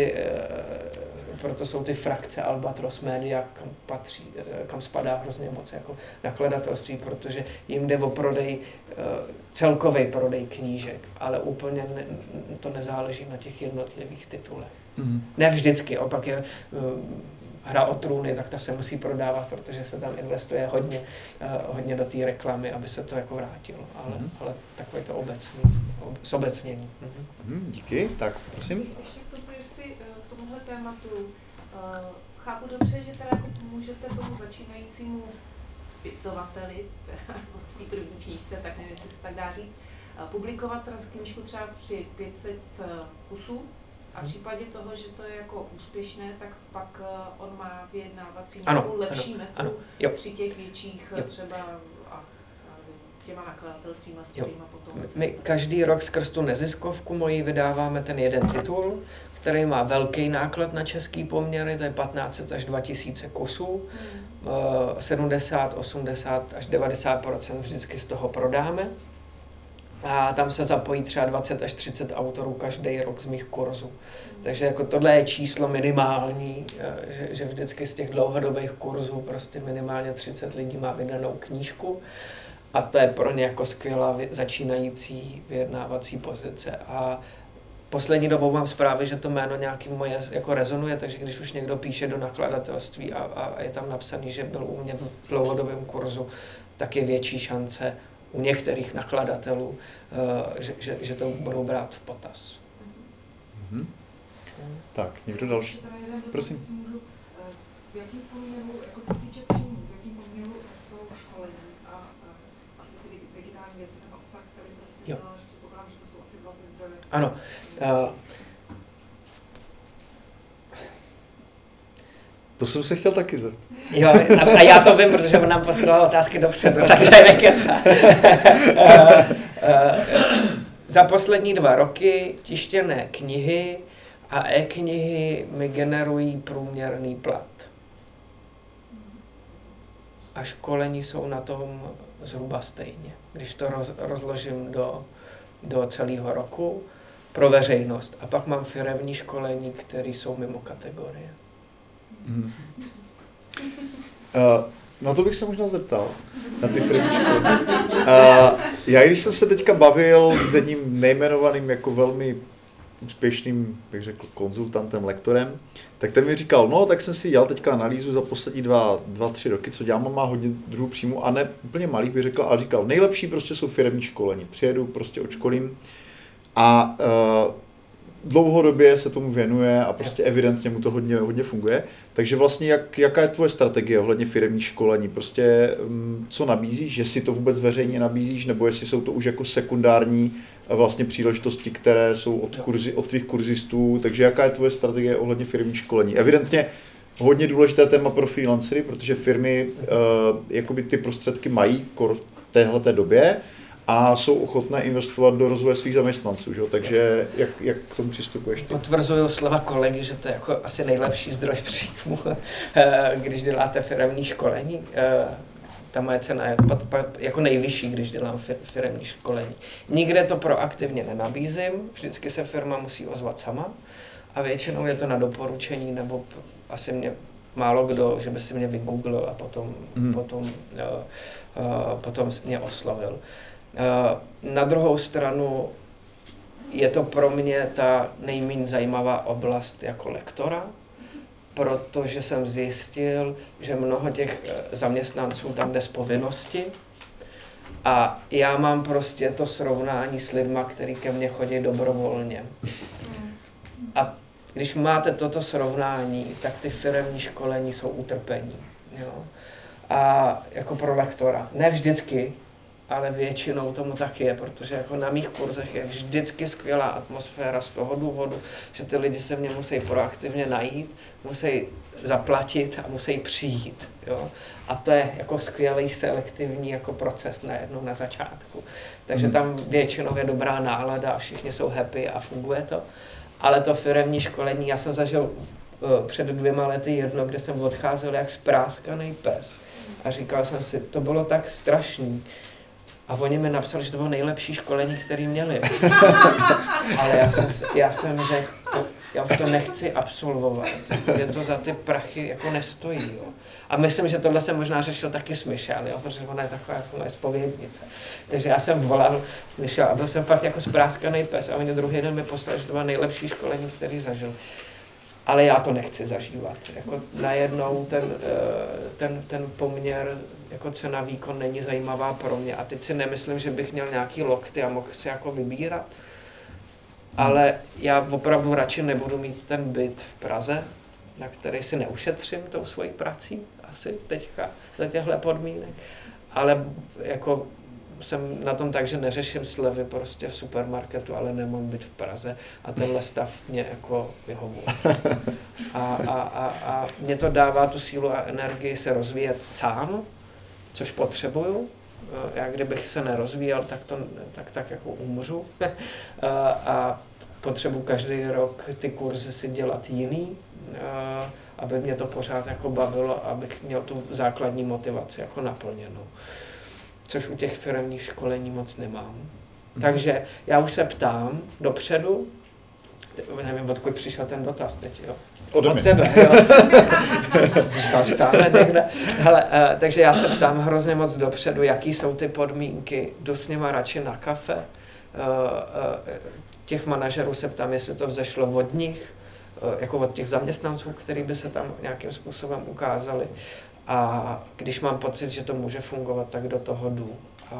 jsou ty frakce Albatros Media, kam spadá hrozně moc jako nakladatelství, protože jim jde o celkový prodej knížek, ale úplně to nezáleží na těch jednotlivých titulech. Ne vždycky, opak je Hra o trůny, tak ta se musí prodávat, protože se tam investuje hodně do té reklamy, aby se to jako vrátilo, ale takové to zobecnění. Díky, tak prosím. Ještě k tomu, jestli k tomuhle tématu chápu dobře, že teda jako pomůžete tomu začínajícímu spisovateli, v té první knížce, tak nevím, jestli se tak dá říct, publikovat knížku třeba při 500 kusů a v případě toho, že to je jako úspěšné, tak pak on má vyjednávací nějakou lepší metu při těch větších třeba těma nakladatelstvíma, s kterýma potom... My každý rok skrz tu neziskovku moji vydáváme ten jeden titul, který má velký náklad na český poměry, to je 1500 až 2000 kusů. 70, 80 až 90% vždycky z toho prodáme. A tam se zapojí třeba 20 až 30 autorů každý rok z mých kurzů. Takže jako tohle je číslo minimální, že vždycky z těch dlouhodobých kurzů prostě minimálně 30 lidí má vydanou knížku. A to je pro ně jako skvělá začínající vyjednávací pozice. A poslední dobou mám zprávy, že to jméno nějakým moje jako rezonuje, takže když už někdo píše do nakladatelství a je tam napsaný, že byl u mě v dlouhodobém kurzu, tak je větší šance u některých nakladatelů, že to budou brát v potaz. Mm-hmm. Tak, někdo další? Prosím. V jakém poměru, jako co se týče příjmů, v jakém poměru jsou školení a asi ty digitální věci, ten obsah, který prostě děláš, předpokládám, že to jsou asi 2 ty zdroje. Ano. To jsem se chtěl taky zeptat. Jo, a já to vím, protože on nám posílal otázky dopředu, takže nekecá. Za poslední 2 roky tištěné knihy a e-knihy mi generují průměrný plat. A školení jsou na tom zhruba stejně. Když to rozložím do celého roku pro veřejnost. A pak mám firemní školení, které jsou mimo kategorie. Mm. Na to bych se možná zeptal, na ty firemní školy. Já když jsem se teďka bavil s jedním nejmenovaným jako velmi úspěšným, bych řekl, konzultantem, lektorem, tak ten mi říkal, no tak jsem si dělal teďka analýzu za poslední 2-3 roky, co dělám, má hodně druhů příjmu a ne úplně malý, bych řekl, ale říkal, nejlepší prostě jsou firemní školení, přijedu, prostě odškolím a dlouhodobě se tomu věnuje a prostě evidentně mu to hodně funguje. Takže vlastně jaká je tvoje strategie ohledně firemní školení? Prostě co nabízíš, že si to vůbec veřejně nabízíš, nebo jestli jsou to už jako sekundární vlastně příležitosti, které jsou od tvých kurzistů, takže jaká je tvoje strategie ohledně firemní školení? Evidentně hodně důležité téma pro freelancery, protože firmy jakoby ty prostředky mají v téhleté době, a jsou ochotné investovat do rozvoje svých zaměstnanců, že? Takže jak k tomu přistupuješ ty? Potvrzuju slova kolegy, že to je jako asi nejlepší zdroj příjmu, když děláte firemní školení. Ta moje cena je jako nejvyšší, když dělám firemní školení. Nikde to proaktivně nenabízím, vždycky se firma musí ozvat sama a většinou je to na doporučení, nebo asi mě málo kdo, že by si mě vygooglil a potom mě oslovil. Na druhou stranu je to pro mě ta nejméně zajímavá oblast jako lektora, protože jsem zjistil, že mnoho těch zaměstnanců tam jde z povinnosti a já mám prostě to srovnání s lidma, který ke mně chodí dobrovolně. A když máte toto srovnání, tak ty firemní školení jsou utrpení. Jo? A jako pro lektora. Ne vždycky, ale většinou tomu tak je, protože jako na mých kurzech je vždycky skvělá atmosféra z toho důvodu, že ty lidi se mě musí proaktivně najít, musí zaplatit a musí přijít. Jo? A to je jako skvělý selektivní jako proces najednou na začátku. Takže tam většinou je dobrá nálada a všichni jsou happy a funguje to. Ale to firemní školení, já jsem zažil před 2 lety jedno, kde jsem odcházel jak spráskaný pes. A říkal jsem si, to bylo tak strašný. A oni mi napsali, že to bylo nejlepší školení, které měli. Ale já jsem řekl, já už to nechci absolvovat. Je to za ty prachy jako nestojí. Jo. A myslím, že tohle jsem možná řešil taky s Michelle, jo, protože ona je taková jako moje zpovědnice. Takže já jsem volal Michelle a byl jsem fakt jako spráskaný pes a oni druhý den mi poslali, že to bylo nejlepší školení, který zažil. Ale já to nechci zažívat. Jako najednou ten poměr jako cena výkon není zajímavá pro mě. A teď si nemyslím, že bych měl nějaký lokty a mohl si jako vybírat. Ale já opravdu radši nebudu mít ten byt v Praze, na který si neušetřím tou svojí prací asi teďka za těchto podmínek. Ale jako jsem na tom tak, že neřeším slevy prostě v supermarketu, ale nemám být v Praze a tenhle stav mě jako vyhovuje. A mě to dává tu sílu a energii se rozvíjet sám, což potřebuju. Já kdybych se nerozvíjel, tak jako umřu. A potřebuji každý rok ty kurzy si dělat jiný, aby mě to pořád jako bavilo, abych měl tu základní motivaci jako naplněnou. Což u těch firemních školení moc nemám. Takže já už se ptám dopředu, nevím, odkud přišel ten dotaz teď, jo. Od tebe, jo. Říkal, že tamhle někde. Hele, takže já se ptám hrozně moc dopředu, jaký jsou ty podmínky, jdu s nima radši na kafe, těch manažerů se ptám, jestli to vzešlo od nich, jako od těch zaměstnanců, kteří by se tam nějakým způsobem ukázali. A když mám pocit, že to může fungovat, tak do toho jdu.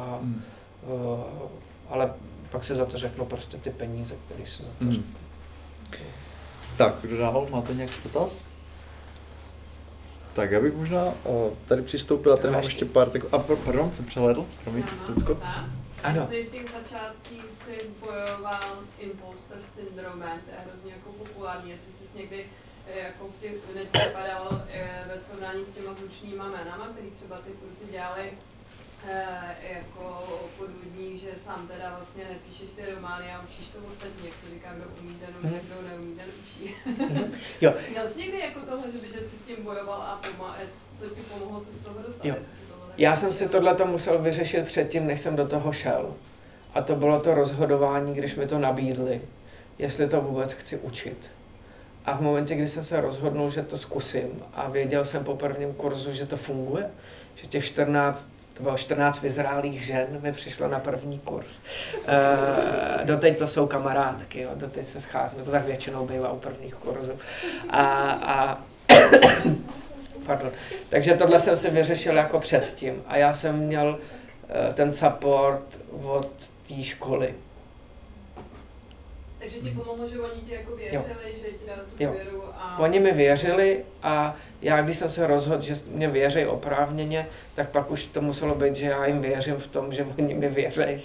Ale pak si za to řeknu prostě ty peníze, které se za to řeknu. Tak, kdo dál? Máte nějaký dotaz? Tak já bych možná tady přistoupil a tady mám ještě pár pardon, jsem přehlédl, promiň, Lucko. Ano. Jestli v těch začátcích si bojoval s imposter syndromem, to je hrozně jako populární, jestli jsi někdy jako v těch nepadal ve srovnání s těma zvučnýma jménama, který třeba ty kluci dělali jako podvodník, že sám teda vlastně nepíšeš ty romány a učíš to ostatní, jak se říká, kdo umí, ten umí, kdo neumí, ten učí. Jo. Měl jsi někdy jako tohle, že jsi s tím bojoval a co ti pomohlo se z toho dostat? Jo. Já jsem si tohleto musel vyřešit předtím, než jsem do toho šel. A to bylo to rozhodování, když mi to nabídli, jestli to vůbec chci učit. A v momentě, kdy jsem se rozhodnul, že to zkusím a věděl jsem po prvním kurzu, že to funguje, že těch 14 vyzrálých žen mi přišlo na první kurz. Doteď to jsou kamarádky, jo, doteď se scházíme, to tak většinou bývá u prvních kurzů. Pardon. Takže tohle jsem si vyřešil jako předtím a já jsem měl ten support od té školy. Takže ti pomohlo, že oni ti jako věřili, že ti dali tu věru a... Oni mi věřili a já, když jsem se rozhodl, že mě věří oprávněně, tak pak už to muselo být, že já jim věřím v tom, že oni mi věří.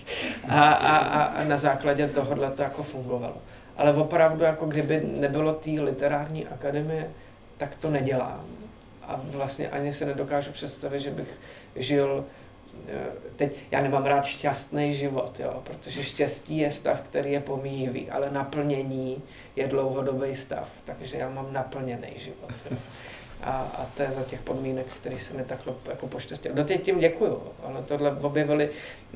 A na základě tohohle to jako fungovalo. Ale opravdu, jako kdyby nebylo té literární akademie, tak to nedělám. A vlastně ani si nedokážu představit, že bych žil teď, já nemám rád šťastný život, jo, protože štěstí je stav, který je pomíjivý, ale naplnění je dlouhodobý stav, takže já mám naplněný život. Jo. A to je za těch podmínek, které se mi takhle jako poštěstilo. Doteď tím děkuju, ale tohle objevili.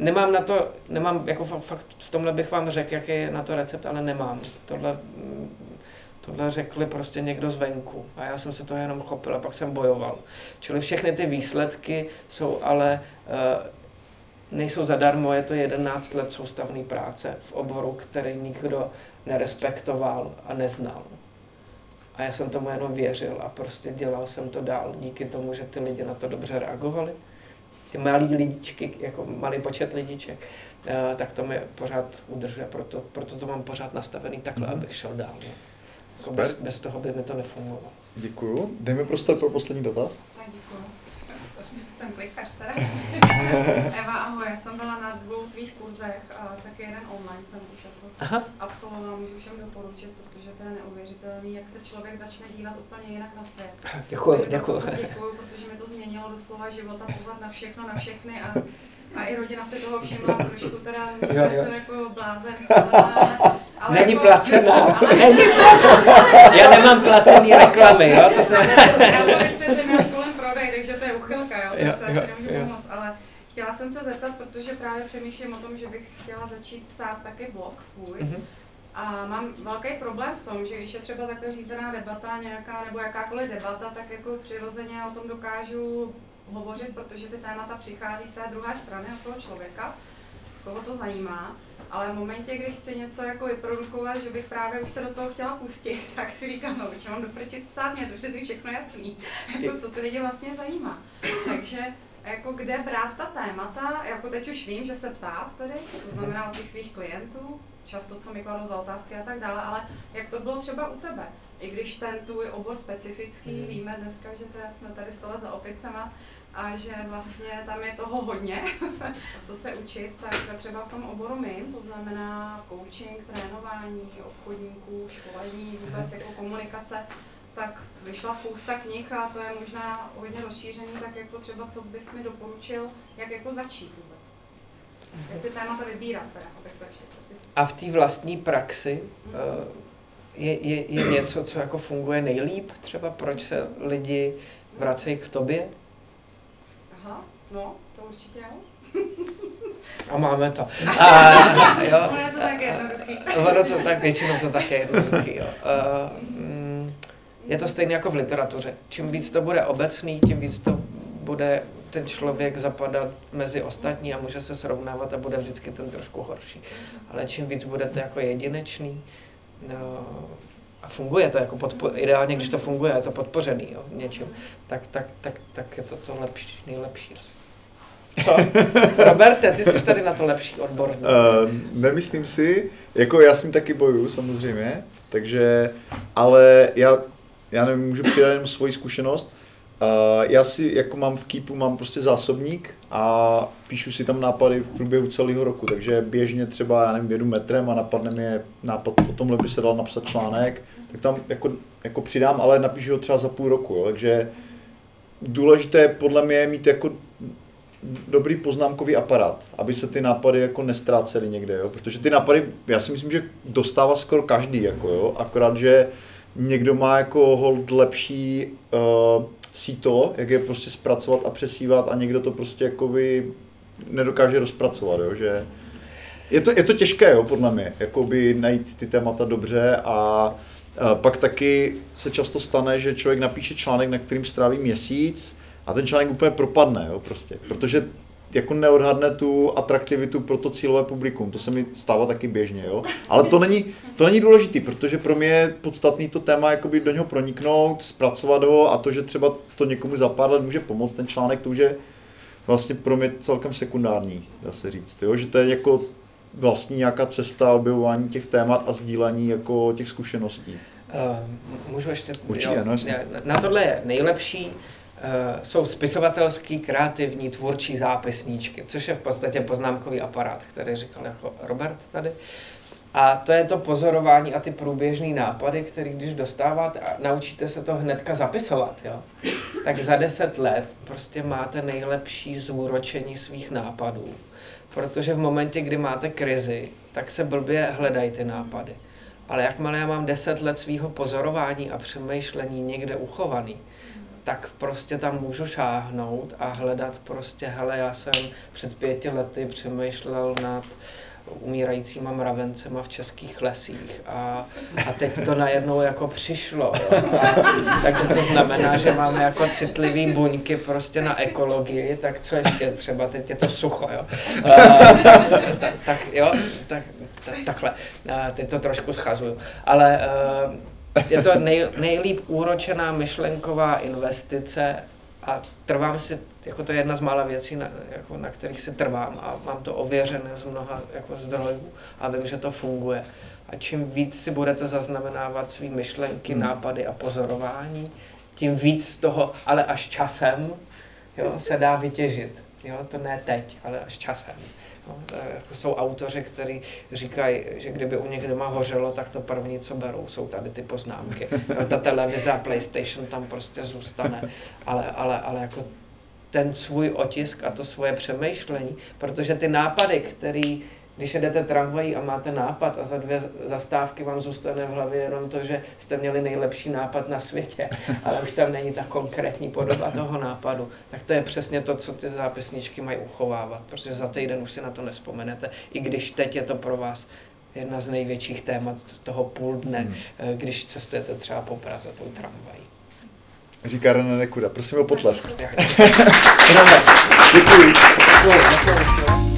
Nemám jako fakt v tomhle bych vám řekl, jaký je na to recept, ale nemám. Tohle řekli prostě někdo zvenku a já jsem se toho jenom chopil a pak jsem bojoval. Čili všechny ty výsledky jsou ale, nejsou zadarmo, je to 11 let soustavné práce v oboru, který nikdo nerespektoval a neznal. A já jsem tomu jenom věřil a prostě dělal jsem to dál díky tomu, že ty lidi na to dobře reagovali. Ty malý lidičky, jako malý počet lidiček, tak to mi pořád udržuje, proto to mám pořád nastavený takhle, abych šel dál. Bez toho by mi to nefungovalo. Děkuju. Dejme prostor pro poslední dotaz. Tak děkuju. Jsem klikař teda. Eva, ahoj, já jsem byla na 2 tvých kurzech a taky jeden online jsem už jako absolvovala, můžu všem doporučit, protože to je neuvěřitelný, jak se člověk začne dívat úplně jinak na svět. Děkuju. Děkuju, protože mi to změnilo doslova života, pohled na všechno, na všechny a i rodina se toho všimla trošku, teda jsem jako blázen. Ale není jako, placená, není placená. Já nemám placený reklamy, jo, to jsem... Já to vysvětlím až kolem prodej, takže to je uchylka, jo, takže se asi nemůžu pomoct, ale chtěla jsem se zeptat, protože právě přemýšlím o tom, že bych chtěla začít psát taky blog svůj. A mám velký problém v tom, že když je třeba takhle řízená debata nějaká, nebo jakákoliv debata, tak jako přirozeně o tom dokážu hovořit, protože ty témata přichází z té druhé strany od toho člověka, koho to zajímá. Ale v momentě, kdy chci něco jako vyprodukovat, že bych právě už se do toho chtěla pustit, tak si říkám, no, že mám doprčit psát, mě to přeci všechno jasný, jako co ty lidi vlastně zajímá. Takže jako kde brát ta témata, jako teď už vím, že se ptát tedy, to znamená od těch svých klientů, často co mi kladou za otázky a tak dále, ale jak to bylo třeba u tebe? I když ten tvůj obor specifický, víme dneska, že teda jsme tady stole za opicema, a že vlastně tam je toho hodně, co se učit, tak třeba v tom oboru mým, to znamená coaching, trénování, obchodníků, školení, vůbec jako komunikace, tak vyšla spousta knih a to je možná hodně rozšířený, tak jako třeba co bys mi doporučil, jak jako začít vůbec. Jak ty témata vybírat, teda, abych to ještě specifikoval. A v té vlastní praxi je něco, co jako funguje nejlíp? Třeba proč se lidi vracejí k tobě? Aha, no, to určitě jo. A máme to. Jo. No, je to tak jednoduchý. Ono to tak, většinou to tak je jednoduchý, jo. Je to stejné jako v literatuře. Čím víc to bude obecný, tím víc to bude ten člověk zapadat mezi ostatní a může se srovnávat a bude vždycky ten trošku horší. Ale čím víc budete jako jedinečný, a funguje to jako ideálně, když to funguje, je to podpořený, jo, něčím, tak je to nejlepší. Co? Roberte, ty jsi tady na to lepší odborník. Nemyslím si, jako já s tím taky bojuju samozřejmě, takže, ale já nevím, můžu přidat jenom svoji zkušenost. Já si, jako mám v Keepu, mám prostě zásobník a píšu si tam nápady v průběhu celého roku, takže běžně třeba, já nevím, jedu metrem a napadne mi nápad, o tomhle by se dal napsat článek, tak tam jako přidám, ale napíšu ho třeba za půl roku, jo, takže důležité podle mě je mít jako dobrý poznámkový aparát, aby se ty nápady jako nestrácely někde, jo, protože ty nápady, já si myslím, že dostává skoro každý, jako jo, akorát, že někdo má jako hold lepší síto, jak je prostě zpracovat a přesívat a někdo to prostě jakoby nedokáže rozpracovat, jo, že je to těžké, jo, podle mě, jakoby najít ty témata dobře a pak taky se často stane, že člověk napíše článek, na kterým stráví měsíc a ten článek úplně propadne, jo, prostě, protože jako neodhadne tu atraktivitu pro to cílové publikum, to se mi stává taky běžně, jo. Ale to není důležitý, protože pro mě je podstatný to téma jakoby do něho proniknout, zpracovat ho a to, že třeba to někomu za pár let může pomoct ten článek, to už je vlastně pro mě celkem sekundární, dá se říct, jo, že to je jako vlastní nějaká cesta objevování těch témat a sdílení jako těch zkušeností. Můžu ještě... Určitě, jo, no, na tohle je nejlepší. Jsou spisovatelský, kreativní, tvůrčí zápisníčky, což je v podstatě poznámkový aparát, který říkal jako Robert tady. A to je to pozorování a ty průběžný nápady, který když dostáváte a naučíte se to hnedka zapisovat, jo, tak za 10 let prostě máte nejlepší zúročení svých nápadů. Protože v momentě, kdy máte krizi, tak se blbě hledají ty nápady. Ale jakmile já mám 10 let svého pozorování a přemýšlení někde uchovaný, tak prostě tam můžu šáhnout a hledat prostě, hele, já jsem před 5 lety přemýšlel nad umírajícíma mravencema v českých lesích a teď to najednou jako přišlo. Takže to znamená, že máme jako citlivý buňky prostě na ekologii, tak co ještě třeba, teď je to sucho, jo. Takhle, teď to trošku schazuju, ale je to nejlíp úročená myšlenková investice a trvám si, jako to je jedna z mála věcí, na kterých si trvám a mám to ověřené z mnoha jako zdrojů a vím, že to funguje. A čím víc si budete zaznamenávat svý myšlenky, nápady a pozorování, tím víc z toho, ale až časem, jo, se dá vytěžit. Jo, to ne teď, ale až časem. No, jako jsou autoři, kteří říkají, že kdyby u nich doma hořelo, tak to první, co berou, jsou tady ty poznámky. Jo, ta televize a PlayStation tam prostě zůstane, ale jako ten svůj otisk a to svoje přemýšlení, protože ty nápady, který, když jedete tramvají a máte nápad a za 2 zastávky vám zůstane v hlavě jenom to, že jste měli nejlepší nápad na světě, ale už tam není ta konkrétní podoba toho nápadu, tak to je přesně to, co ty zápisničky mají uchovávat, protože za týden už si na to nevzpomenete, i když teď je to pro vás jedna z největších témat toho půl dne, když cestujete třeba po Praze tou tramvají. Říká René Nekuda, prosím o potlesk. Děkuji.